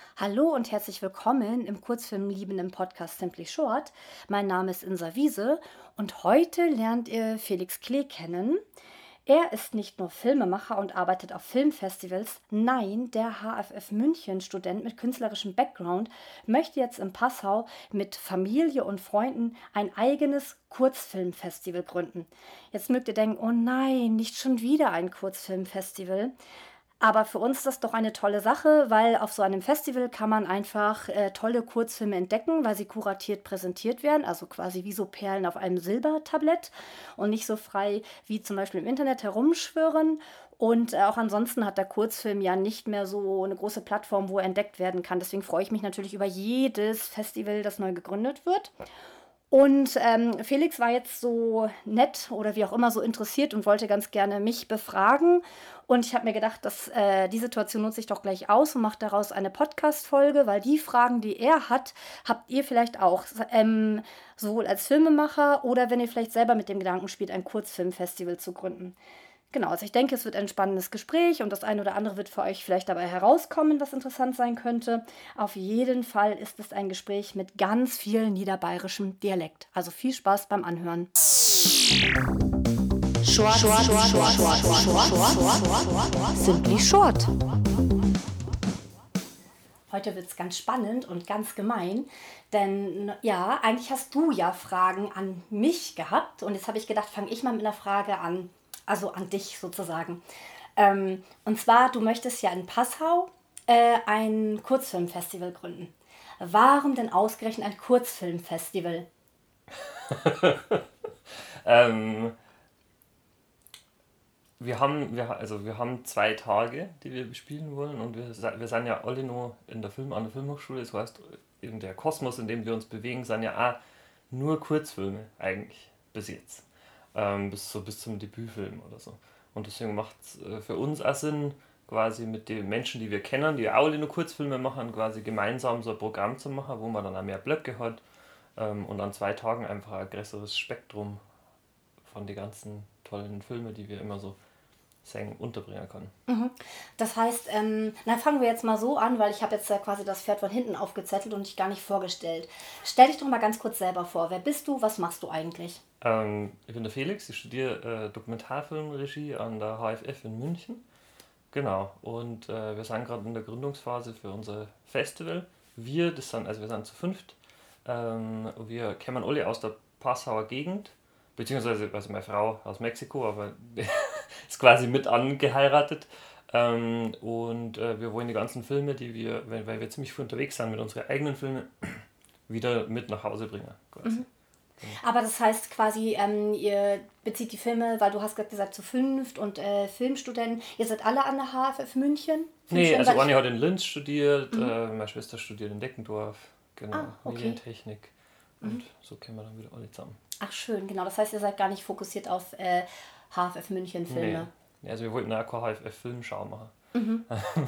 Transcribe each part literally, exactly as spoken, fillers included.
Hallo und herzlich willkommen im kurzfilmliebenden Podcast Simply Short. Mein Name ist Insa Wiese und heute lernt ihr Felix Klee kennen. Er ist nicht nur Filmemacher und arbeitet auf Filmfestivals. Nein, der H F F München-Student mit künstlerischem Background möchte jetzt in Passau mit Familie und Freunden ein eigenes Kurzfilmfestival gründen. Jetzt mögt ihr denken, oh nein, nicht schon wieder ein Kurzfilmfestival. Aber für uns ist das doch eine tolle Sache, weil auf so einem Festival kann man einfach äh, tolle Kurzfilme entdecken, weil sie kuratiert präsentiert werden, also quasi wie so Perlen auf einem Silbertablett und nicht so frei wie zum Beispiel im Internet herumschwirren. Und äh, auch ansonsten hat der Kurzfilm ja nicht mehr so eine große Plattform, wo er entdeckt werden kann. Deswegen freue ich mich natürlich über jedes Festival, das neu gegründet wird. Und ähm, Felix war jetzt so nett oder wie auch immer so interessiert und wollte ganz gerne mich befragen. Und ich habe mir gedacht, dass äh, die Situation nutze ich doch gleich aus und mache daraus eine Podcast-Folge, weil die Fragen, die er hat, habt ihr vielleicht auch. Ähm, sowohl als Filmemacher oder wenn ihr vielleicht selber mit dem Gedanken spielt, ein Kurzfilmfestival zu gründen. Genau, also ich denke, es wird ein spannendes Gespräch und das eine oder andere wird für euch vielleicht dabei herauskommen, was interessant sein könnte. Auf jeden Fall ist es ein Gespräch mit ganz viel niederbayerischem Dialekt. Also viel Spaß beim Anhören. Short, short, short, short, short, short, short, short, Simply Short. Heute wird es ganz spannend und ganz gemein, denn ja, eigentlich hast du ja Fragen an mich gehabt und jetzt habe ich gedacht, fange ich mal mit einer Frage an. Also an dich sozusagen. Ähm, und zwar, du möchtest ja in Passau äh, ein Kurzfilmfestival gründen. Warum denn ausgerechnet ein Kurzfilmfestival? ähm, wir haben, wir, also wir haben zwei Tage, die wir bespielen wollen und wir, wir sind ja alle noch in der Film, an der Filmhochschule, das heißt, in der Kosmos, in dem wir uns bewegen, sind ja auch nur Kurzfilme eigentlich bis jetzt. Ähm, bis, so bis zum Debütfilm oder so. Und deswegen macht es äh, für uns auch Sinn, quasi mit den Menschen, die wir kennen, die auch alle nur Kurzfilme machen, quasi gemeinsam so ein Programm zu machen, wo man dann auch mehr Blöcke hat ähm, und an zwei Tagen einfach ein größeres Spektrum von den ganzen tollen Filmen, die wir immer so singen, unterbringen können. Mhm. Das heißt, ähm, dann fangen wir jetzt mal so an, weil ich habe jetzt ja quasi das Pferd von hinten aufgezettelt und dich gar nicht vorgestellt. Stell dich doch mal ganz kurz selber vor. Wer bist du? Was machst du eigentlich? Ähm, ich bin der Felix, ich studiere äh, Dokumentarfilmregie an der H F F in München. Genau, und äh, wir sind gerade in der Gründungsphase für unser Festival. Wir, das sind, also wir sind zu fünft. Ähm, wir kommen alle aus der Passauer Gegend, beziehungsweise also meine Frau aus Mexiko, aber ist quasi mit angeheiratet. Ähm, und äh, wir wollen die ganzen Filme, die wir, weil, weil wir ziemlich viel unterwegs sind mit unseren eigenen Filmen, wieder mit nach Hause bringen. Quasi. Mhm. Aber das heißt quasi, ähm, ihr bezieht die Filme, weil du hast gerade gesagt, zu fünft und äh, Filmstudenten. Ihr seid alle an der H F F München? Nee, Filmstudenten, also weil Anni ich... hat in Linz studiert, Mhm. äh, meine Schwester studiert in Deckendorf, genau, Ah, okay. Medientechnik. Und Mhm. so kommen wir dann wieder alle zusammen. Ach schön, genau. Das heißt, ihr seid gar nicht fokussiert auf äh, H F F München Filme. Nee, also wir wollten auch keine H F F-Filmschau machen. Mhm.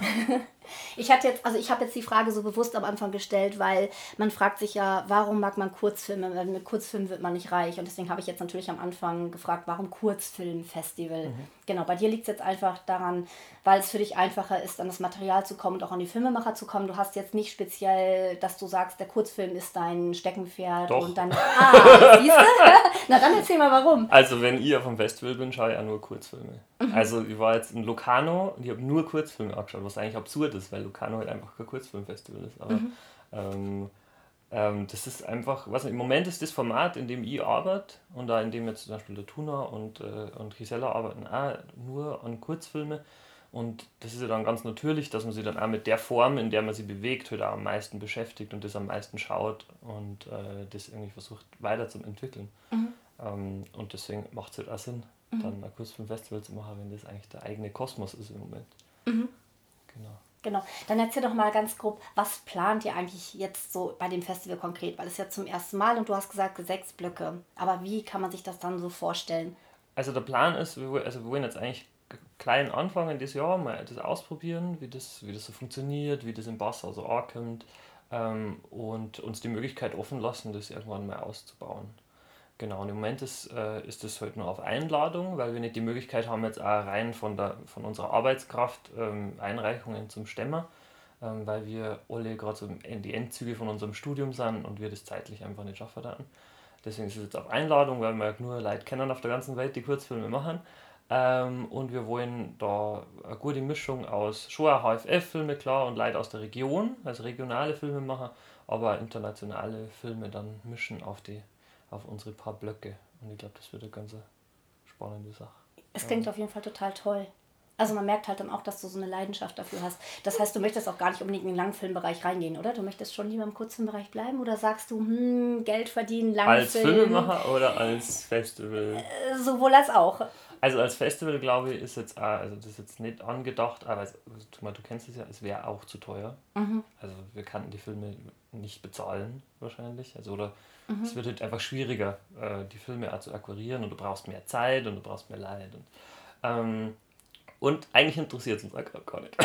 Ich hatte jetzt, also ich habe jetzt die Frage so bewusst am Anfang gestellt, weil man fragt sich ja, warum mag man Kurzfilme? Weil mit Kurzfilmen wird man nicht reich. Und deswegen habe ich jetzt natürlich am Anfang gefragt, warum Kurzfilmfestival? Mhm. Genau, bei dir liegt es jetzt einfach daran, weil es für dich einfacher ist, an das Material zu kommen und auch an die Filmemacher zu kommen. Du hast jetzt nicht speziell, dass du sagst, der Kurzfilm ist dein Steckenpferd. Doch. Und dann. Ah, siehst du? Na dann erzähl mal warum. Also wenn ich auf dem Festival bin, schaue ich auch nur Kurzfilme. Mhm. Also ich war jetzt in Locarno und ich habe nur Kurzfilme angeschaut, was eigentlich absurd ist, weil Locarno halt einfach kein Kurzfilmfestival ist. Aber mhm. ähm, ähm, das ist einfach, was im Moment ist das Format, in dem ich arbeite und da in dem jetzt zum Beispiel der Tuna und, äh, und Gisela arbeiten auch nur an Kurzfilme. Und das ist ja dann ganz natürlich, dass man sich dann auch mit der Form, in der man sich bewegt, halt auch am meisten beschäftigt und das am meisten schaut und äh, das irgendwie versucht weiterzuentwickeln. Mhm. Ähm, und deswegen macht es halt auch Sinn, mhm. dann ein Kurzfilmfestival zu machen, wenn das eigentlich der eigene Kosmos ist im Moment. Mhm. Genau. Genau. Dann erzähl doch mal ganz grob, was plant ihr eigentlich jetzt so bei dem Festival konkret? Weil es ja zum ersten Mal und du hast gesagt sechs Blöcke. Aber wie kann man sich das dann so vorstellen? Also der Plan ist, wir, also wir wollen jetzt eigentlich klein anfangen das Jahr, mal das ausprobieren, wie das, wie das so funktioniert, wie das im Passau so ankommt ähm, und uns die Möglichkeit offen lassen, das irgendwann mal auszubauen. Genau, und im Moment ist, äh, ist das halt nur auf Einladung, weil wir nicht die Möglichkeit haben, jetzt auch rein von, der, von unserer Arbeitskraft ähm, Einreichungen zum Stemmer. ähm, weil wir alle gerade so in die Endzüge von unserem Studium sind und wir das zeitlich einfach nicht schaffen hatten. Deswegen ist es jetzt auf Einladung, weil wir halt nur Leute kennen auf der ganzen Welt, die Kurzfilme machen. Ähm, und wir wollen da eine gute Mischung aus schon auch H F F-Filme, klar, und Leute aus der Region, also regionale Filme machen, aber auch internationale Filme dann mischen auf, die, auf unsere paar Blöcke. Und ich glaube, das wird eine ganz spannende Sache. Es klingt ja. auf jeden Fall total toll. Also man merkt halt dann auch, dass du so eine Leidenschaft dafür hast. Das heißt, du möchtest auch gar nicht unbedingt in den Langfilmbereich reingehen, oder? Du möchtest schon lieber im Kurzfilmbereich bleiben? Oder sagst du, hm, Geld verdienen, Langfilm? Als Filmemacher oder als Festival? Äh, sowohl als auch. Also als Festival, glaube ich, ist jetzt auch, also das ist jetzt nicht angedacht, aber es, also, du kennst es ja, es wäre auch zu teuer. Mhm. Also wir kannten die Filme nicht bezahlen wahrscheinlich. Also oder mhm. es wird halt einfach schwieriger, die Filme auch zu akquirieren und du brauchst mehr Zeit und du brauchst mehr Leid. Und, ähm, und eigentlich interessiert es uns auch gar nicht.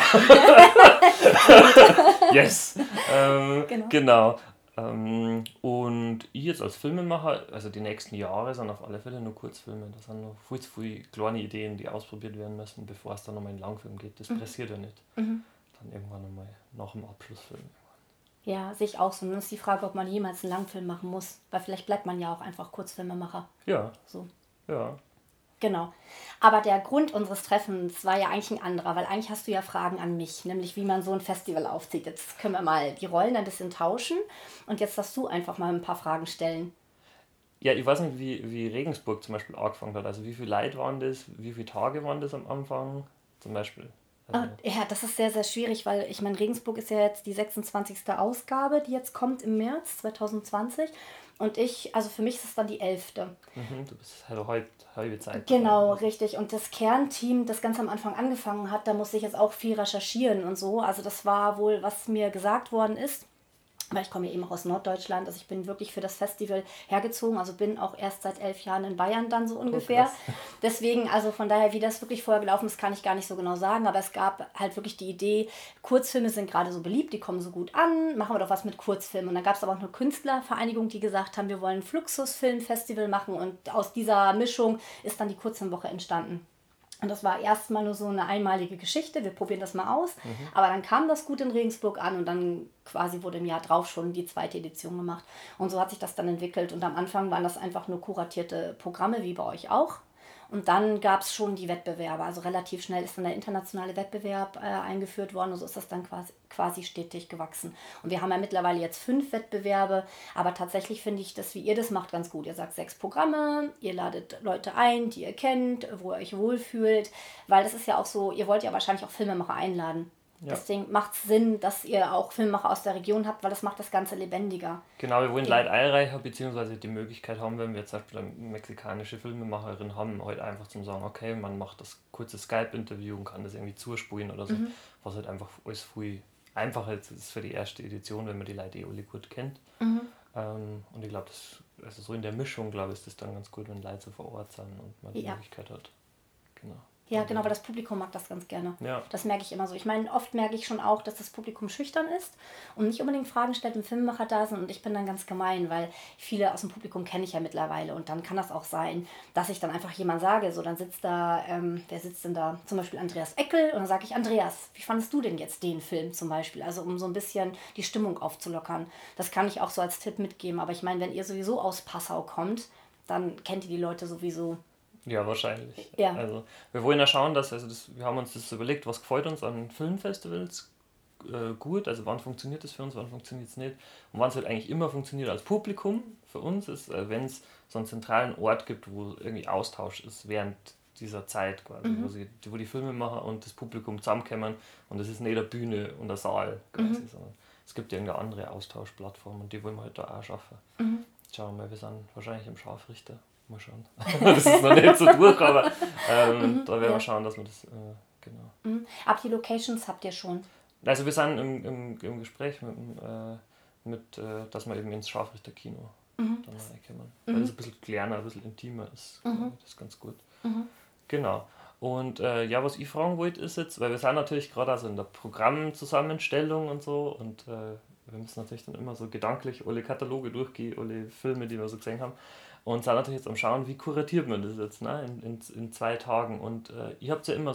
Yes! Ähm, genau. genau. Ähm, und ich jetzt als Filmemacher, also die nächsten Jahre sind auf alle Fälle nur Kurzfilme. Da sind noch viel zu viele kleine Ideen, die ausprobiert werden müssen, bevor es dann nochmal in den Langfilm geht. Das mhm. passiert ja nicht. Mhm. Dann irgendwann nochmal nach dem Abschlussfilm. Ja, sehe ich auch so. Nun ist die Frage, ob man jemals einen Langfilm machen muss. Weil vielleicht bleibt man ja auch einfach Kurzfilmemacher. Ja. So. Ja. Genau. Aber der Grund unseres Treffens war ja eigentlich ein anderer, weil eigentlich hast du ja Fragen an mich, nämlich wie man so ein Festival aufzieht. Jetzt können wir mal die Rollen ein bisschen tauschen und jetzt darfst du einfach mal ein paar Fragen stellen. Ja, ich weiß nicht, wie, wie Regensburg zum Beispiel angefangen hat. Also wie viele Leute waren das, wie viele Tage waren das am Anfang zum Beispiel? Also ja, das ist sehr, sehr schwierig, weil ich meine, Regensburg ist ja jetzt die sechsundzwanzigste Ausgabe, die jetzt kommt im März zwanzig zwanzig. Und ich, also für mich ist es dann die elfte. Mhm, du bist halt halb, halbe Zeit. Genau, richtig. Und das Kernteam, das ganz am Anfang angefangen hat, da musste ich jetzt auch viel recherchieren und so. Also das war wohl, was mir gesagt worden ist. Weil ich komme ja eben auch aus Norddeutschland, also ich bin wirklich für das Festival hergezogen, also bin auch erst seit elf Jahren in Bayern dann so ungefähr. Oh, deswegen, also von daher, wie das wirklich vorher gelaufen ist, kann ich gar nicht so genau sagen, aber es gab halt wirklich die Idee, Kurzfilme sind gerade so beliebt, die kommen so gut an, machen wir doch was mit Kurzfilmen. Und dann gab es aber auch eine Künstlervereinigung, die gesagt haben, wir wollen ein Fluxusfilmfestival machen und aus dieser Mischung ist dann die Kurzfilmwoche entstanden. Und das war erstmal nur so eine einmalige Geschichte, wir probieren das mal aus. Mhm. Aber dann kam das gut in Regensburg an und dann quasi wurde im Jahr drauf schon die zweite Edition gemacht. Und so hat sich das dann entwickelt. Und am Anfang waren das einfach nur kuratierte Programme, wie bei euch auch. Und dann gab es schon die Wettbewerbe. Also relativ schnell ist dann der internationale Wettbewerb äh, eingeführt worden und so ist das dann quasi, quasi stetig gewachsen. Und wir haben ja mittlerweile jetzt fünf Wettbewerbe, aber tatsächlich finde ich das, wie ihr das macht, ganz gut. Ihr sagt sechs Programme, ihr ladet Leute ein, die ihr kennt, wo ihr euch wohlfühlt, weil das ist ja auch so, ihr wollt ja wahrscheinlich auch Filmemacher einladen. Ja. Deswegen macht es Sinn, dass ihr auch Filmemacher aus der Region habt, weil das macht das Ganze lebendiger. Genau, wir wollen ja. Leute einreichen, beziehungsweise die Möglichkeit haben, wenn wir jetzt zum Beispiel eine mexikanische Filmemacherin haben, halt einfach zum sagen, okay, man macht das kurze Skype-Interview und kann das irgendwie zuspulen oder so, mhm. was halt einfach alles viel einfacher ist für die erste Edition, wenn man die Leute eh alle gut kennt. Mhm. Ähm, und ich glaube, also so in der Mischung, glaube ich, ist das dann ganz gut, wenn Leute so vor Ort sind und man die ja. Möglichkeit hat. Genau. Ja, genau, weil das Publikum mag das ganz gerne. Ja. Das merke ich immer so. Ich meine, oft merke ich schon auch, dass das Publikum schüchtern ist und nicht unbedingt Fragen stellt, wenn Filmemacher da sind. Und ich bin dann ganz gemein, weil viele aus dem Publikum kenne ich ja mittlerweile. Und dann kann das auch sein, dass ich dann einfach jemand sage, so dann sitzt da, ähm, wer sitzt denn da? Zum Beispiel Andreas Eckel. Und dann sage ich, Andreas, wie fandest du denn jetzt den Film zum Beispiel? Also um so ein bisschen die Stimmung aufzulockern. Das kann ich auch so als Tipp mitgeben. Aber ich meine, wenn ihr sowieso aus Passau kommt, dann kennt ihr die Leute sowieso. Ja, wahrscheinlich. Ja. Also wir wollen ja schauen, dass, also das, wir haben uns das überlegt, was gefällt uns an Filmfestivals äh, gut, also wann funktioniert das für uns, wann funktioniert es nicht und wann es halt eigentlich immer funktioniert als Publikum für uns ist, äh, wenn es so einen zentralen Ort gibt, wo irgendwie Austausch ist während dieser Zeit quasi, mhm. wo, sie, wo die Filmemacher und das Publikum zusammenkommen und es ist nicht eine Bühne und ein Saal quasi, mhm. sondern es gibt ja irgendeine andere Austauschplattform und die wollen wir halt da auch schaffen. Mhm. Schauen wir mal, wir sind wahrscheinlich im Scharfrichter. Mal schauen. Das ist noch nicht so durch, aber ähm, mhm, da werden ja. wir schauen, dass wir das, äh, genau. Mhm. Aber die Locations habt ihr schon? Also wir sind im, im, im Gespräch mit, äh, mit äh, dass wir eben ins Scharfrichter-Kino mhm. dann reinkommen. Mhm. Weil es ein bisschen kleiner, ein bisschen intimer ist. Mhm. Das ist ganz gut. Mhm. Genau. Und äh, ja, was ich fragen wollte ist jetzt, weil wir sind natürlich gerade also in der Programmzusammenstellung und so und äh, wir müssen natürlich dann immer so gedanklich alle Kataloge durchgehen, alle Filme, die wir so gesehen haben. Und sind natürlich jetzt am Schauen, wie kuratiert man das jetzt, ne, in, in, in zwei Tagen. Und äh, ihr habt ja immer so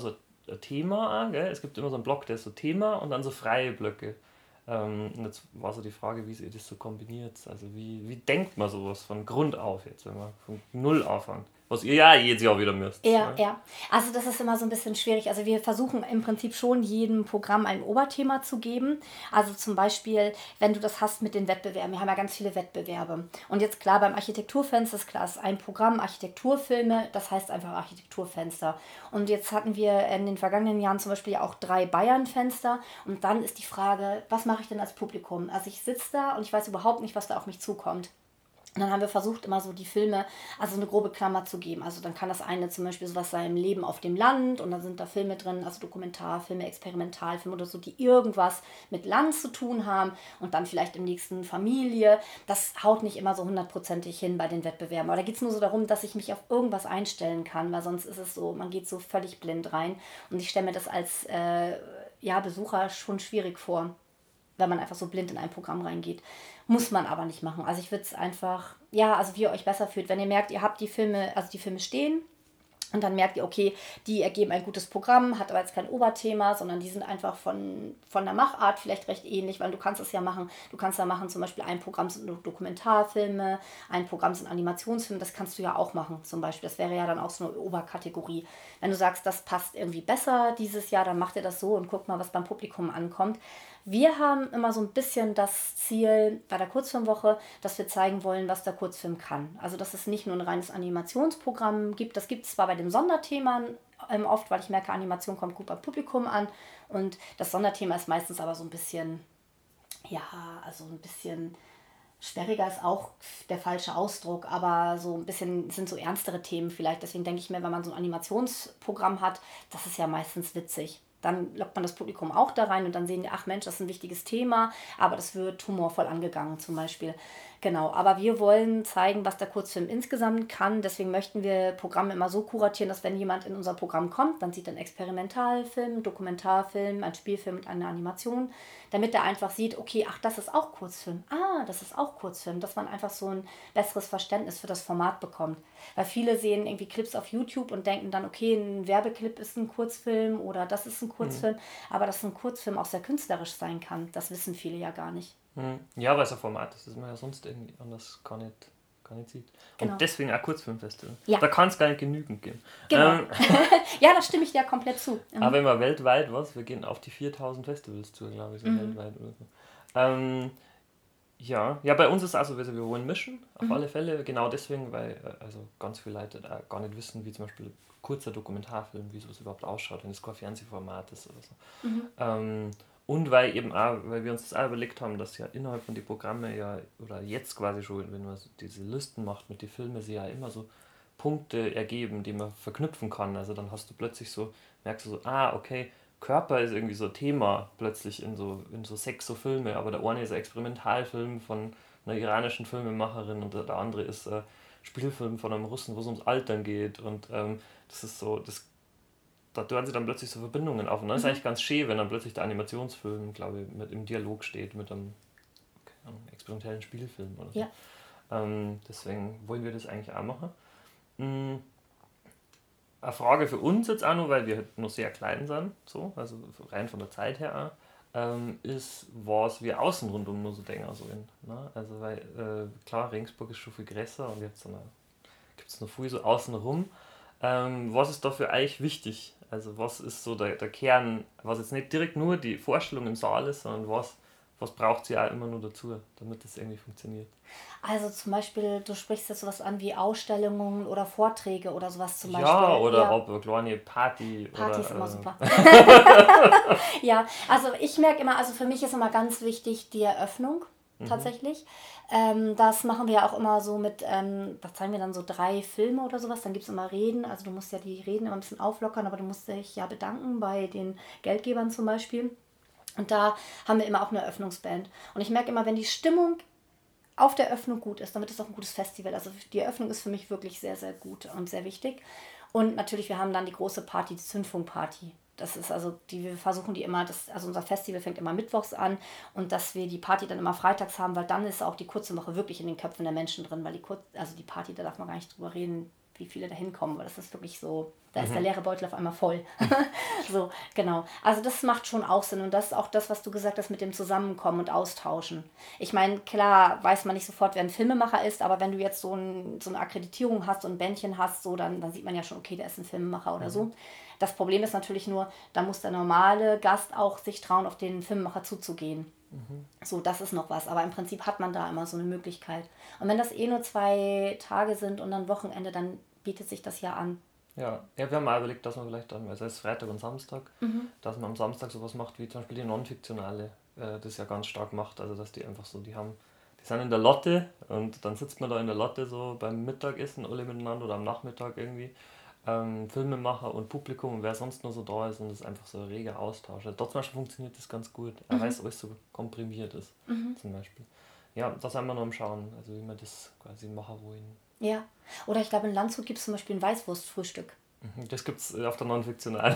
ein Thema an, gell? Es gibt immer so einen Block, der ist so Thema und dann so freie Blöcke. Ähm, und jetzt war so die Frage, wie ihr das so kombiniert. Also wie, wie denkt man sowas von Grund auf jetzt, wenn man von Null anfängt? Was ihr ja jedes Jahr wieder müsst. Ja, Ne? ja. Also das ist immer so ein bisschen schwierig. Also wir versuchen im Prinzip schon jedem Programm ein Oberthema zu geben. Also zum Beispiel, wenn du das hast mit den Wettbewerben. Wir haben ja ganz viele Wettbewerbe. Und jetzt klar, beim Architekturfenster ist klar, es ist ein Programm, Architekturfilme, das heißt einfach Architekturfenster. Und jetzt hatten wir in den vergangenen Jahren zum Beispiel ja auch drei Bayern-Fenster. Und dann ist die Frage, was mache ich denn als Publikum? Also ich sitze da und ich weiß überhaupt nicht, was da auf mich zukommt. Und dann haben wir versucht, immer so die Filme, also eine grobe Klammer zu geben. Also dann kann das eine zum Beispiel sowas sein, Leben auf dem Land und dann sind da Filme drin, also Dokumentarfilme, Experimentalfilme oder so, die irgendwas mit Land zu tun haben und dann vielleicht im nächsten Familie. Das haut nicht immer so hundertprozentig hin bei den Wettbewerben. Aber da geht es nur so darum, dass ich mich auf irgendwas einstellen kann, weil sonst ist es so, man geht so völlig blind rein. Und ich stelle mir das als äh, ja, Besucher schon schwierig vor, wenn man einfach so blind in ein Programm reingeht. Muss man aber nicht machen. Also ich würde es einfach, ja, also wie ihr euch besser fühlt. Wenn ihr merkt, ihr habt die Filme, also die Filme stehen und dann merkt ihr, okay, die ergeben ein gutes Programm, hat aber jetzt kein Oberthema, sondern die sind einfach von, von der Machart vielleicht recht ähnlich, weil du kannst es ja machen, du kannst da machen, zum Beispiel ein Programm sind Dokumentarfilme, ein Programm sind Animationsfilme, das kannst du ja auch machen zum Beispiel. Das wäre ja dann auch so eine Oberkategorie. Wenn du sagst, das passt irgendwie besser dieses Jahr, dann macht ihr das so und guckt mal, was beim Publikum ankommt. Wir haben immer so ein bisschen das Ziel bei der Kurzfilmwoche, dass wir zeigen wollen, was der Kurzfilm kann. Also dass es nicht nur ein reines Animationsprogramm gibt. Das gibt es zwar bei den Sonderthemen ähm, oft, weil ich merke, Animation kommt gut beim Publikum an. Und das Sonderthema ist meistens aber so ein bisschen, ja, also ein bisschen sperriger ist auch der falsche Ausdruck, aber so ein bisschen sind so ernstere Themen vielleicht. Deswegen denke ich mir, wenn man so ein Animationsprogramm hat, das ist ja meistens witzig. Dann lockt man das Publikum auch da rein und dann sehen die, ach Mensch, das ist ein wichtiges Thema, aber das wird humorvoll angegangen zum Beispiel. Genau, aber wir wollen zeigen, was der Kurzfilm insgesamt kann. Deswegen möchten wir Programme immer so kuratieren, dass wenn jemand in unser Programm kommt, dann sieht er einen Experimentalfilm, Dokumentarfilm, einen Spielfilm und eine Animation, damit er einfach sieht, okay, ach, das ist auch Kurzfilm. Ah, das ist auch Kurzfilm. Dass man einfach so ein besseres Verständnis für das Format bekommt. Weil viele sehen irgendwie Clips auf YouTube und denken dann, okay, ein Werbeclip ist ein Kurzfilm oder das ist ein Kurzfilm. Mhm. Aber dass ein Kurzfilm auch sehr künstlerisch sein kann, das wissen viele ja gar nicht. Ja, weil es ein Format ist, das man ja sonst irgendwie anders gar nicht, gar nicht sieht. Genau. Und deswegen auch Kurzfilmfestival. Ja. Da kann es gar nicht genügend geben. Genau. Ähm, ja, da stimme ich dir komplett zu. Mhm. Aber wenn man weltweit was, wir gehen auf die viertausend Festivals zu, glaube ich, so mhm. weltweit oder so. Ähm, ja. ja, bei uns ist es auch so, wir wollen mischen, auf mhm. alle Fälle. Genau deswegen, weil also ganz viele Leute gar nicht wissen, wie zum Beispiel ein kurzer Dokumentarfilm, wie sowas überhaupt ausschaut, wenn es kein Fernsehformat ist oder so. Mhm. Ähm, Und weil eben auch, weil wir uns das auch überlegt haben, dass ja innerhalb von den Programmen ja, oder jetzt quasi schon, wenn man so diese Listen macht mit den Filmen, sie ja immer so Punkte ergeben, die man verknüpfen kann. Also dann hast du plötzlich so, merkst du so, ah, okay, Körper ist irgendwie so Thema plötzlich in so, in so sechs so Filme, aber der eine ist ein Experimentalfilm von einer iranischen Filmemacherin und der andere ist ein Spielfilm von einem Russen, wo es ums Altern geht und ähm, das ist so, das da tun sie dann plötzlich so Verbindungen auf. Und das mhm. ist eigentlich ganz schön, wenn dann plötzlich der Animationsfilm, glaube ich, mit im Dialog steht mit einem, einem experimentellen Spielfilm oder so. Ja. Ähm, deswegen wollen wir das eigentlich auch machen. Mhm. Eine Frage für uns jetzt auch noch, weil wir halt noch sehr klein sind, so, also rein von der Zeit her auch, ähm, ist, was wir außen rundum nur so denken. So in, ne? Also weil, äh, klar, Regensburg ist schon viel größer und jetzt gibt es noch viel so außen rum. Ähm, was ist da für euch wichtig? Also was ist so der, der Kern, was jetzt nicht direkt nur die Vorstellung im Saal ist, sondern was, was braucht sie auch immer nur dazu, damit das irgendwie funktioniert? Also zum Beispiel, du sprichst jetzt sowas an wie Ausstellungen oder Vorträge oder sowas zum Beispiel. Ja, oder ja. ob eine kleine Party. Party ist oder, immer äh, super. Ja, also ich merke immer, also für mich ist immer ganz wichtig die Eröffnung. Tatsächlich. Mhm. Ähm, das machen wir ja auch immer so mit, ähm, da zeigen wir dann so drei Filme oder sowas, dann gibt es immer Reden, also du musst ja die Reden immer ein bisschen auflockern, aber du musst dich ja bedanken bei den Geldgebern zum Beispiel. Und da haben wir immer auch eine Eröffnungsband. Und ich merke immer, wenn die Stimmung auf der Eröffnung gut ist, dann wird es auch ein gutes Festival. Also die Eröffnung ist für mich wirklich sehr, sehr gut und sehr wichtig. Und natürlich, wir haben dann die große Party, die Zündfunkparty. Das ist also, die, wir versuchen die immer, das, also unser Festival fängt immer mittwochs an und dass wir die Party dann immer freitags haben, weil dann ist auch die kurze Woche wirklich in den Köpfen der Menschen drin, weil die, Kur- also die Party, da darf man gar nicht drüber reden, wie viele da hinkommen, weil das ist wirklich so, da ist Mhm. der leere Beutel auf einmal voll. So, genau. Also das macht schon auch Sinn und das ist auch das, was du gesagt hast mit dem Zusammenkommen und Austauschen. Ich meine, klar weiß man nicht sofort, wer ein Filmemacher ist, aber wenn du jetzt so, ein, so eine Akkreditierung hast und ein Bändchen hast, so, dann, dann sieht man ja schon, okay, der ist ein Filmemacher oder so. Das Problem ist natürlich nur, da muss der normale Gast auch sich trauen, auf den Filmemacher zuzugehen. So, das ist noch was. Aber im Prinzip hat man da immer so eine Möglichkeit. Und wenn das eh nur zwei Tage sind und dann Wochenende, dann bietet sich das ja an. Ja, ja, wir haben mal überlegt, dass man vielleicht dann, also es ist Freitag und Samstag, dass man am Samstag sowas macht wie zum Beispiel die Non-Fiktionale, äh, das ja ganz stark macht, also dass die einfach so, die haben, die sind in der Lotte und dann sitzt man da in der Lotte so beim Mittagessen alle miteinander oder am Nachmittag irgendwie, ähm, Filmemacher und Publikum und wer sonst nur so da ist und das ist einfach so ein reger Austausch. Also dort zum Beispiel funktioniert das ganz gut, er weiß, alles so komprimiert ist, zum Beispiel. Ja, da sind wir noch am Schauen, also wie wir das quasi machen wollen. Ja. Oder ich glaube, in Landshut gibt es zum Beispiel ein Weißwurstfrühstück. Mhm, das gibt es auf der Non-Fiktionalen.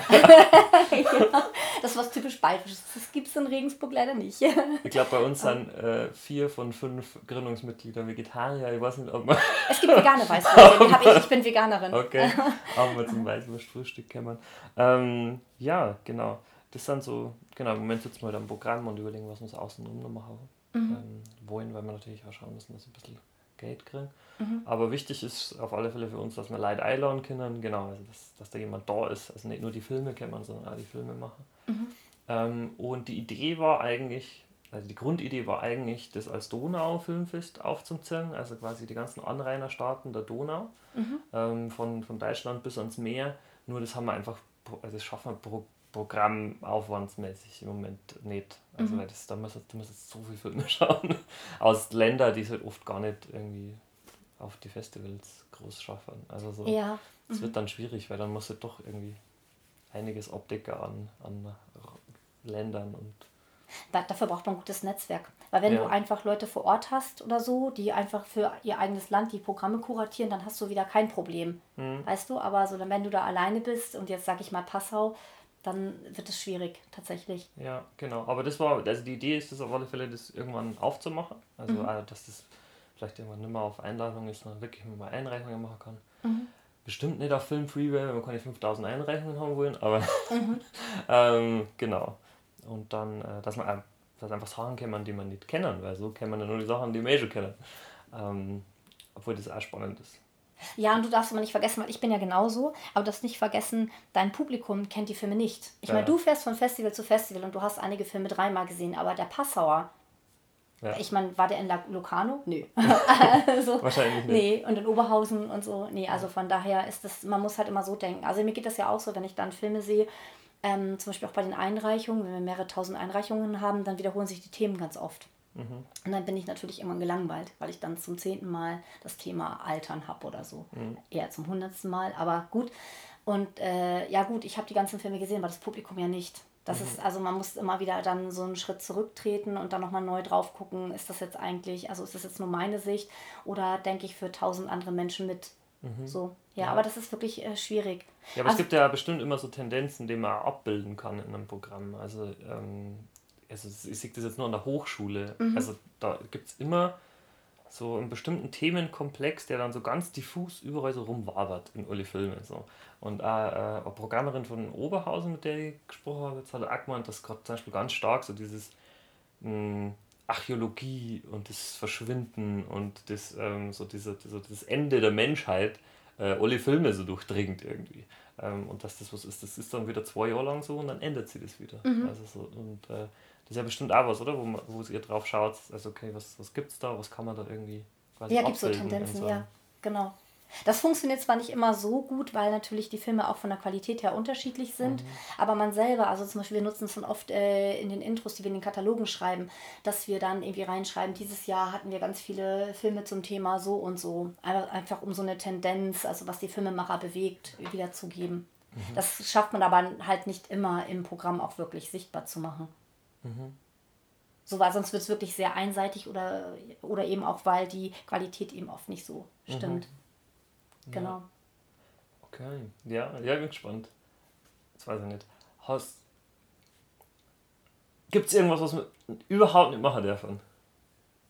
Ja, das ist was typisch Bayerisches. Das gibt es in Regensburg leider nicht. Ich glaube, bei uns sind äh, vier von fünf Gründungsmitgliedern Vegetarier. Ich weiß nicht, ob man. Es gibt vegane Weißwürste. Die hab ich, ich bin Veganerin. Okay, haben wir zum Weißwurstfrühstück kommen. Ähm, ja, genau. Das sind so, genau, im Moment sitzen wir halt am Programm und überlegen, was wir so außenrum noch machen ähm, wollen, weil wir natürlich auch schauen müssen, dass wir ein bisschen Geld kriegen. Aber wichtig ist auf alle Fälle für uns, dass wir Leute einladen können, genau, also dass, dass da jemand da ist, also nicht nur die Filme kennen, sondern auch die Filme machen. Ähm, und die Idee war eigentlich, also die Grundidee war eigentlich, das als Donau-Filmfest aufzuziehen, also quasi die ganzen Anrainerstaaten der Donau, ähm, von, von Deutschland bis ans Meer. Nur das haben wir einfach, pro- also das schaffen wir pro, programmaufwandsmäßig im Moment nicht. Also weil das, da muss da muss jetzt so viel Filme schauen aus Ländern, die es halt oft gar nicht irgendwie auf die Festivals groß schaffen. Also so, Ja. es wird dann schwierig, weil dann muss halt doch irgendwie einiges abdecken an, an Ländern und Da, dafür braucht man ein gutes Netzwerk. Weil wenn Ja. du einfach Leute vor Ort hast oder so, die einfach für ihr eigenes Land die Programme kuratieren, dann hast du wieder kein Problem. Weißt du, aber so, dann, wenn du da alleine bist und jetzt sag ich mal Passau, dann wird es schwierig, tatsächlich. Ja, genau. Aber das war, also die Idee ist es auf alle Fälle, das irgendwann aufzumachen. Also, äh, dass das vielleicht irgendwann nicht mehr auf Einladung ist, sondern wirklich mal Einreichungen machen kann. Bestimmt nicht auf Film Freeway, weil wir keine fünftausend Einreichungen haben wollen, aber ähm, genau. Und dann, äh, dass man dass einfach Sachen kennen, die man nicht kennen, weil so kennen man ja nur die Sachen, die wir eh schon kennen. Ähm, obwohl das auch spannend ist. Ja, und du darfst immer nicht vergessen, weil ich bin ja genauso, aber du darfst nicht vergessen, dein Publikum kennt die Filme nicht. Ich meine, Ja. du fährst von Festival zu Festival und du hast einige Filme dreimal gesehen, aber der Passauer, Ja. ich meine, war der in La- Locarno? Nö. also, Wahrscheinlich nicht. nee, und in Oberhausen und so. Nee, also von daher ist das, man muss halt immer so denken. Also mir geht das ja auch so, wenn ich dann Filme sehe, ähm, zum Beispiel auch bei den Einreichungen, wenn wir mehrere tausend Einreichungen haben, dann wiederholen sich die Themen ganz oft. Und dann bin ich natürlich immer gelangweilt, weil ich dann zum zehnten Mal das Thema Altern habe oder so. Eher zum hundertsten Mal, aber gut. Und äh, ja gut, ich habe die ganzen Filme gesehen, aber das Publikum ja nicht. Das ist, also man muss immer wieder dann so einen Schritt zurücktreten und dann nochmal neu drauf gucken, ist das jetzt eigentlich, also ist das jetzt nur meine Sicht oder denke ich für tausend andere Menschen mit. So, ja, Ja. aber das ist wirklich äh, schwierig. Ja, aber es Also- gibt ja bestimmt immer so Tendenzen, die man abbilden kann in einem Programm. Also, ähm, also ich sehe das jetzt nur an der Hochschule. Also da gibt es immer so einen bestimmten Themenkomplex, der dann so ganz diffus überall so rumwabert in alle Filme. So. Und auch, äh, eine Programmerin von Oberhausen, mit der ich gesprochen habe, jetzt hat auch gemeint, dass gerade zum Beispiel ganz stark so dieses mh, Archäologie und das Verschwinden und das, ähm, so diese, so das Ende der Menschheit äh, alle Filme so durchdringt irgendwie. Ähm, und dass das was ist, das ist dann wieder zwei Jahre lang so und dann ändert sie das wieder. Also so, und äh, das ist ja bestimmt auch was, oder? Wo, man, wo ihr drauf schaut, also okay, was, was gibt's da, was kann man da irgendwie quasi Ja, gibt so abbilden Tendenzen, in so einem- ja, genau. Das funktioniert zwar nicht immer so gut, weil natürlich die Filme auch von der Qualität her unterschiedlich sind, aber man selber, also zum Beispiel wir nutzen es dann oft äh, in den Intros, die wir in den Katalogen schreiben, dass wir dann irgendwie reinschreiben, dieses Jahr hatten wir ganz viele Filme zum Thema so und so, einfach, einfach um so eine Tendenz, also was die Filmemacher bewegt, wiederzugeben. Das schafft man aber halt nicht immer im Programm auch wirklich sichtbar zu machen. So, weil sonst wird es wirklich sehr einseitig oder, oder eben auch, weil die Qualität eben oft nicht so stimmt. Genau. Okay, ja, ja, ich bin gespannt. Jetzt weiß ich nicht. Hast. Gibt es irgendwas, was man überhaupt nicht machen dürfen?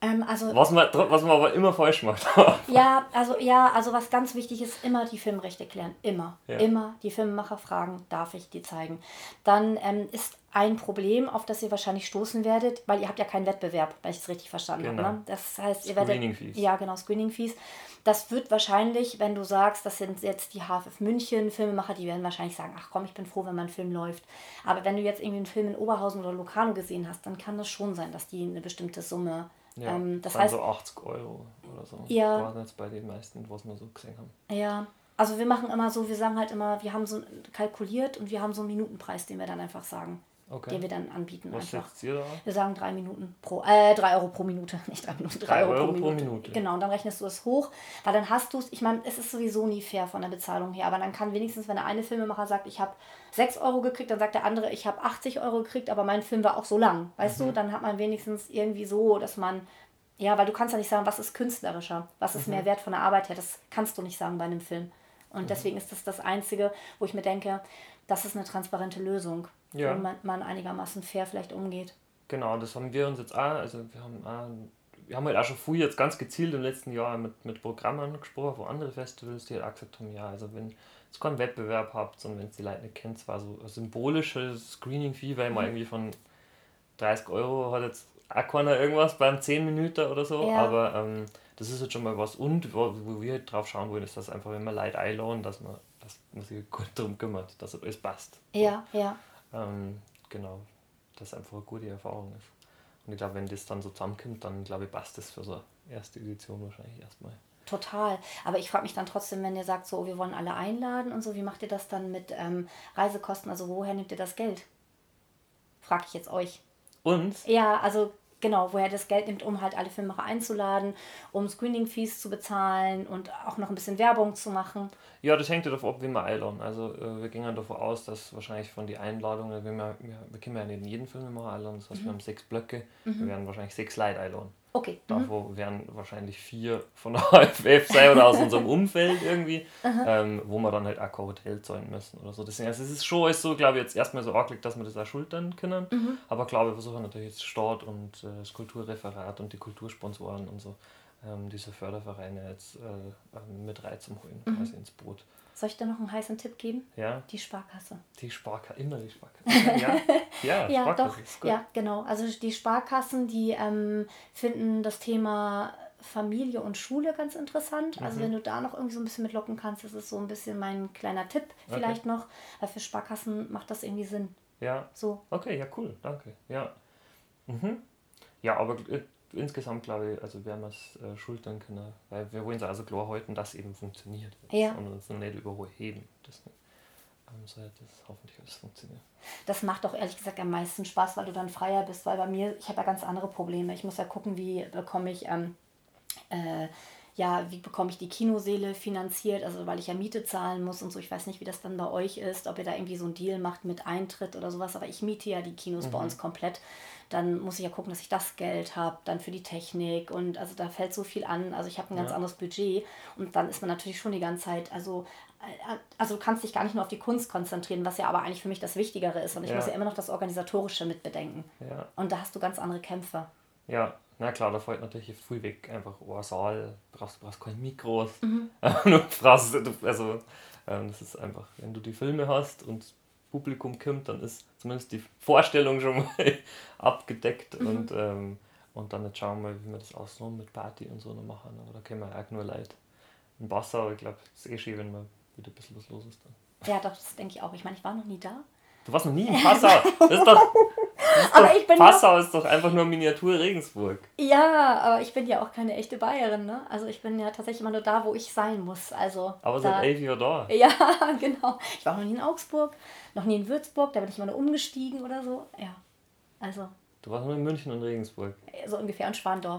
Ähm, also, was, man, was man aber immer falsch macht. ja, also ja, also was ganz wichtig ist, immer die Filmrechte klären. Immer. Ja. Immer die Filmemacher fragen, darf ich die zeigen. Dann ähm, ist ein Problem, auf das ihr wahrscheinlich stoßen werdet, weil ihr habt ja keinen Wettbewerb, wenn ich es richtig verstanden Genau. habe. Ne? Das heißt, ihr werdet. Screening-Fees. Ja, genau, Screening-Fees. Das wird wahrscheinlich, wenn du sagst, das sind jetzt die H F F München Filmemacher, die werden wahrscheinlich sagen, ach komm, ich bin froh, wenn mein Film läuft. Aber wenn du jetzt irgendwie einen Film in Oberhausen oder Locarno gesehen hast, dann kann das schon sein, dass die eine bestimmte Summe. Ja, ähm, das das heißt heißt, so achtzig Euro oder so. Ja. Waren jetzt bei den meisten, was wir so gesehen haben. Ja, also wir machen immer so, wir sagen halt immer, wir haben so kalkuliert und wir haben so einen Minutenpreis, den wir dann einfach sagen. Okay. Den wir dann anbieten. Was einfach. setzt ihr da? Wir sagen drei Minuten pro, äh, drei Euro pro Minute, nicht drei Minuten, drei, Drei Euro, Euro pro, pro Minute. Minute. Genau, und dann rechnest du es hoch, weil dann hast du es, ich meine, es ist sowieso nie fair von der Bezahlung her, aber dann kann wenigstens, wenn der eine Filmemacher sagt, ich habe sechs Euro gekriegt, dann sagt der andere, ich habe achtzig Euro gekriegt, aber mein Film war auch so lang, weißt Mhm. du, dann hat man wenigstens irgendwie so, dass man, ja, weil du kannst ja nicht sagen, was ist künstlerischer, was ist Mhm. mehr wert von der Arbeit her, das kannst du nicht sagen bei einem Film. Und Mhm. deswegen ist das das Einzige, wo ich mir denke, das ist eine transparente Lösung, Ja. wo man, man einigermaßen fair vielleicht umgeht. Genau, das haben wir uns jetzt auch, also wir haben auch, wir haben halt auch schon früher jetzt ganz gezielt im letzten Jahr mit, mit Programmen gesprochen, von anderen Festivals, die halt auch gesagt haben, ja, also wenn ihr keinen Wettbewerb habt, sondern wenn es die Leute nicht kennt, zwar so ein symbolisches Screening-Fee, weil man irgendwie von dreißig Euro hat jetzt auch keiner irgendwas beim zehn Minuten oder so, Ja. aber ähm, das ist jetzt schon mal was. Und wo, wo wir halt drauf schauen wollen, ist, dass einfach, wenn wir Leute einladen, dass man, dass man sich gut darum kümmert, dass alles passt. Ja, ja. Ähm, genau, dass einfach eine gute Erfahrung ist. Und ich glaube, wenn das dann so zusammenkommt, dann glaube ich, passt das für so eine erste Edition wahrscheinlich erstmal. Total. Aber ich frage mich dann trotzdem, wenn ihr sagt, so, wir wollen alle einladen und so, wie macht ihr das dann mit ähm, Reisekosten? Also woher nehmt ihr das Geld? Frage ich jetzt euch. Und Ja, also genau, woher das Geld nimmt, um halt alle Filmemacher einzuladen, um Screening-Fees zu bezahlen und auch noch ein bisschen Werbung zu machen. ja, das hängt ja davon ab, wie wir einladen. Also äh, wir gehen dann davon aus, dass wahrscheinlich von den Einladungen, wenn wir, wir, wir können ja nicht jeden Film immer einladen, das heißt, wir haben sechs Blöcke, wir werden wahrscheinlich sechs Leute einladen. Okay. Mhm. Davon werden wahrscheinlich vier von der H F F sein oder aus unserem Umfeld irgendwie, ähm, wo wir dann halt auch kein Hotel zahlen müssen oder so. Deswegen, also es ist schon alles so, glaube ich, jetzt erstmal so angelegt, dass wir das auch schultern können. Mhm. Aber klar, wir versuchen natürlich jetzt Staat und äh, das Kulturreferat und die Kultursponsoren und so, ähm, diese Fördervereine jetzt äh, ähm, mit reinzuholen, Mhm. quasi ins Boot. Soll ich dir noch einen heißen Tipp geben? Ja, Die Sparkasse. die Sparkasse, immer die Sparkasse. Ja, ja, Ja, Sparkasse doch. ist gut. Ja, genau. Also die Sparkassen, die ähm, finden das Thema Familie und Schule ganz interessant. Also Mhm. wenn du da noch irgendwie so ein bisschen mitlocken kannst, das ist so ein bisschen mein kleiner Tipp vielleicht noch. Weil für Sparkassen macht das irgendwie Sinn. Ja, So. okay, ja, cool, danke. Ja, mhm. Ja, aber äh, insgesamt glaube ich, also werden wir es äh, schultern können, weil wir wollen es also klar halten, dass es eben funktioniert Ja. und uns noch nicht überheben. Das ähm, soll das hoffentlich alles funktionieren. Das macht doch ehrlich gesagt am meisten Spaß, weil du dann freier bist, weil bei mir, ich habe ja ganz andere Probleme. Ich muss ja gucken, wie bekomme ich, ähm, äh, ja, wie bekomme ich die Kinosäle finanziert, also weil ich ja Miete zahlen muss und so. Ich weiß nicht, wie das dann bei euch ist, ob ihr da irgendwie so einen Deal macht mit Eintritt oder sowas, aber ich miete ja die Kinos bei uns komplett. Dann muss ich ja gucken, dass ich das Geld habe, dann für die Technik und also da fällt so viel an. Also ich habe ein ganz Ja. anderes Budget und dann ist man natürlich schon die ganze Zeit, also, äh, also du kannst dich gar nicht nur auf die Kunst konzentrieren, was ja aber eigentlich für mich das Wichtigere ist und ich Ja. muss ja immer noch das Organisatorische mit bedenken. Ja, Und da hast du ganz andere Kämpfe. ja, na klar, da fällt natürlich viel weg. Einfach ein Saal, du brauchst, du brauchst keine Mikros. Mhm. du brauchst, du- also ähm, das ist einfach, wenn du die Filme hast und das Publikum kommt, dann ist zumindest die Vorstellung schon mal abgedeckt Mhm. und, ähm, und dann jetzt schauen wir, wie wir das außenrum mit Party und so noch machen. Aber da können wir auch nur Leute in Passau, ich glaube, es ist eh schön, wenn mal wieder ein bisschen was los ist dann. Ja, doch, das denke ich auch. Ich meine, ich war noch nie da. Du warst noch nie in Passau. Das ist doch, das ist Aber doch ich bin Passau ist doch einfach nur Miniatur Regensburg. Ja, aber ich bin ja auch keine echte Bayerin, ne? Also ich bin ja tatsächlich immer nur da, wo ich sein muss. Also Aber da, seit elf Jahren da. Ja, genau. Ich war noch nie in Augsburg, noch nie in Würzburg, da bin ich mal nur umgestiegen oder so. Ja, also Du warst nur in München und Regensburg. so ungefähr in Schwandorf.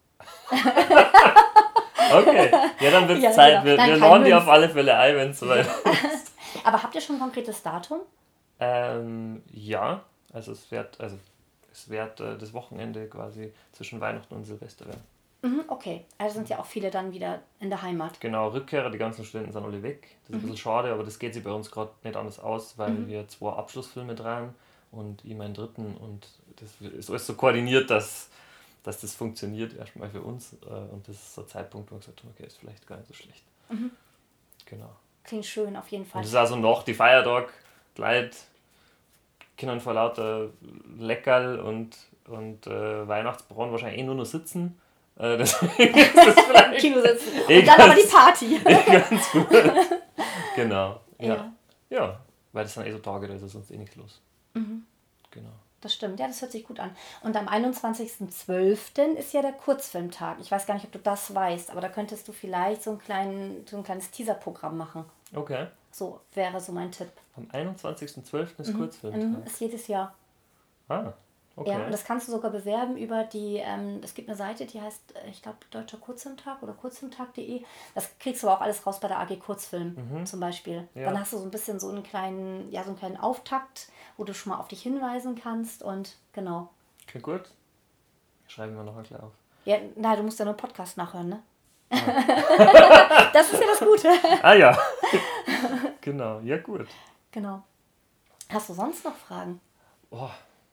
Okay, ja, dann wird es Ja, Zeit. genau. Wir, Nein, wir kein laden die Münz. auf alle Fälle ein, wenn es soweit ist. Aber habt ihr schon ein konkretes Datum? ähm, ja, also es wird, also es wird äh, das Wochenende quasi zwischen Weihnachten und Silvester werden. Mhm, okay, also sind ja auch viele dann wieder in der Heimat. Genau, Rückkehrer, die ganzen Studenten sind alle weg. Das ist ein bisschen schade, aber das geht sich bei uns gerade nicht anders aus, weil wir zwei Abschlussfilme dran und ich meinen dritten und das ist alles so koordiniert, dass dass das funktioniert erstmal für uns. Äh, und das ist so ein Zeitpunkt, wo wir gesagt haben, okay, ist vielleicht gar nicht so schlecht. Mhm. Genau. Klingt schön, auf jeden Fall. Und das ist also noch die Feiertag, Kleid, Kindern vor lauter Leckerl und, und äh, Weihnachtsbraun wahrscheinlich eh nur noch sitzen. Äh, deswegen ist das vielleicht Kino sitzen. eh Und dann ganz, aber die Party. eh ganz gut. Genau. Ja. Ja. ja, weil das sind eh so Tage, da ist sonst eh nichts los. Mhm. Genau. Das stimmt, ja, das hört sich gut an. Und am einundzwanzigsten zwölften ist ja der Kurzfilmtag. Ich weiß gar nicht, ob du das weißt, aber da könntest du vielleicht so ein, kleinen, so ein kleines Teaserprogramm machen. Okay. So wäre so mein Tipp. Am einundzwanzigsten zwölften ist Mhm. Kurzfilmtag. Mhm. Ist jedes Jahr. Ah, okay. Ja, und das kannst du sogar bewerben über die, ähm, es gibt eine Seite, die heißt, äh, ich glaube, Deutscher Kurzfilmtag oder kurzfilmtag punkt de. Das kriegst du aber auch alles raus bei der A G Kurzfilm Mhm. zum Beispiel. Ja. Dann hast du so ein bisschen so einen kleinen, ja, so einen kleinen Auftakt, wo du schon mal auf dich hinweisen kannst und genau. Okay, gut. Schreiben wir noch mal gleich auf. Ja, nein, du musst ja nur Podcast nachhören, ne? Das ist ja das Gute. Ah ja. Genau, ja gut. Genau. Hast du sonst noch Fragen? Oh.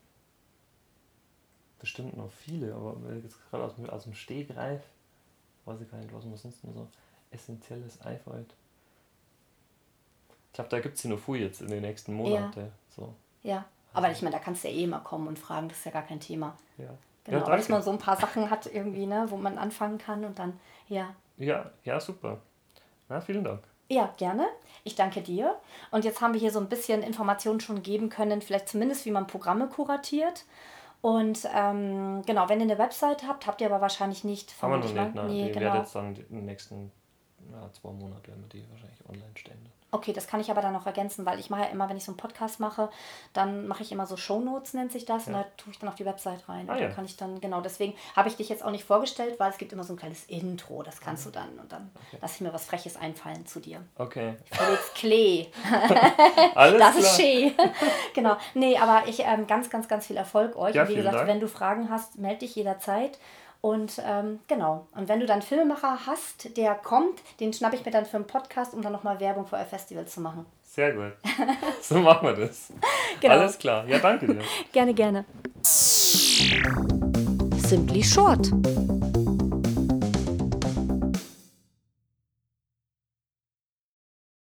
Bestimmt noch viele, aber wenn ich jetzt gerade aus, dem- aus dem Stegreif, weiß ich gar nicht, was mir sonst noch so Essentielles einfällt. Ich glaube, da gibt es ja noch viel jetzt in den nächsten Monaten. So. Ja. Aber ich meine, da kannst du ja eh immer kommen und fragen, das ist ja gar kein Thema. Ja. Genau, Ja, aber dass danke. man so ein paar Sachen hat irgendwie, ne, wo man anfangen kann und dann, ja. Ja, ja, super. Na, vielen Dank. Ja, gerne. Ich danke dir. Und jetzt haben wir hier so ein bisschen Informationen schon geben können, vielleicht zumindest, wie man Programme kuratiert. Und ähm, genau, wenn ihr eine Website habt, habt ihr aber wahrscheinlich nicht. Haben wir noch vermute ich nicht, mal. ne? Nee, Die genau. werden jetzt dann in den nächsten ja, zwei Monaten werden wir die wahrscheinlich online stellen. Okay, das kann ich aber dann noch ergänzen, weil ich mache ja immer, wenn ich so einen Podcast mache, dann mache ich immer so Shownotes, nennt sich das, Ja. und da tue ich dann auf die Website rein. Ah, und ja. dann kann ich dann, genau, deswegen habe ich dich jetzt auch nicht vorgestellt, weil es gibt immer so ein kleines Intro, das kannst du dann. Und dann Okay. lasse ich mir was Freches einfallen zu dir. Okay, Felix Klee. alles Das klar. ist schön. Genau. Nee, aber ich ähm, ganz, ganz, ganz viel Erfolg euch. Ja, und wie vielen gesagt, Dank. wenn du Fragen hast, melde dich jederzeit. Und ähm, genau. Und wenn du dann einen Filmemacher hast, der kommt, den schnappe ich mir dann für einen Podcast, um dann nochmal Werbung für euer Festival zu machen. Sehr gut. So machen wir das. Genau. Alles klar. Ja, danke dir. Gerne, gerne. Simply Short.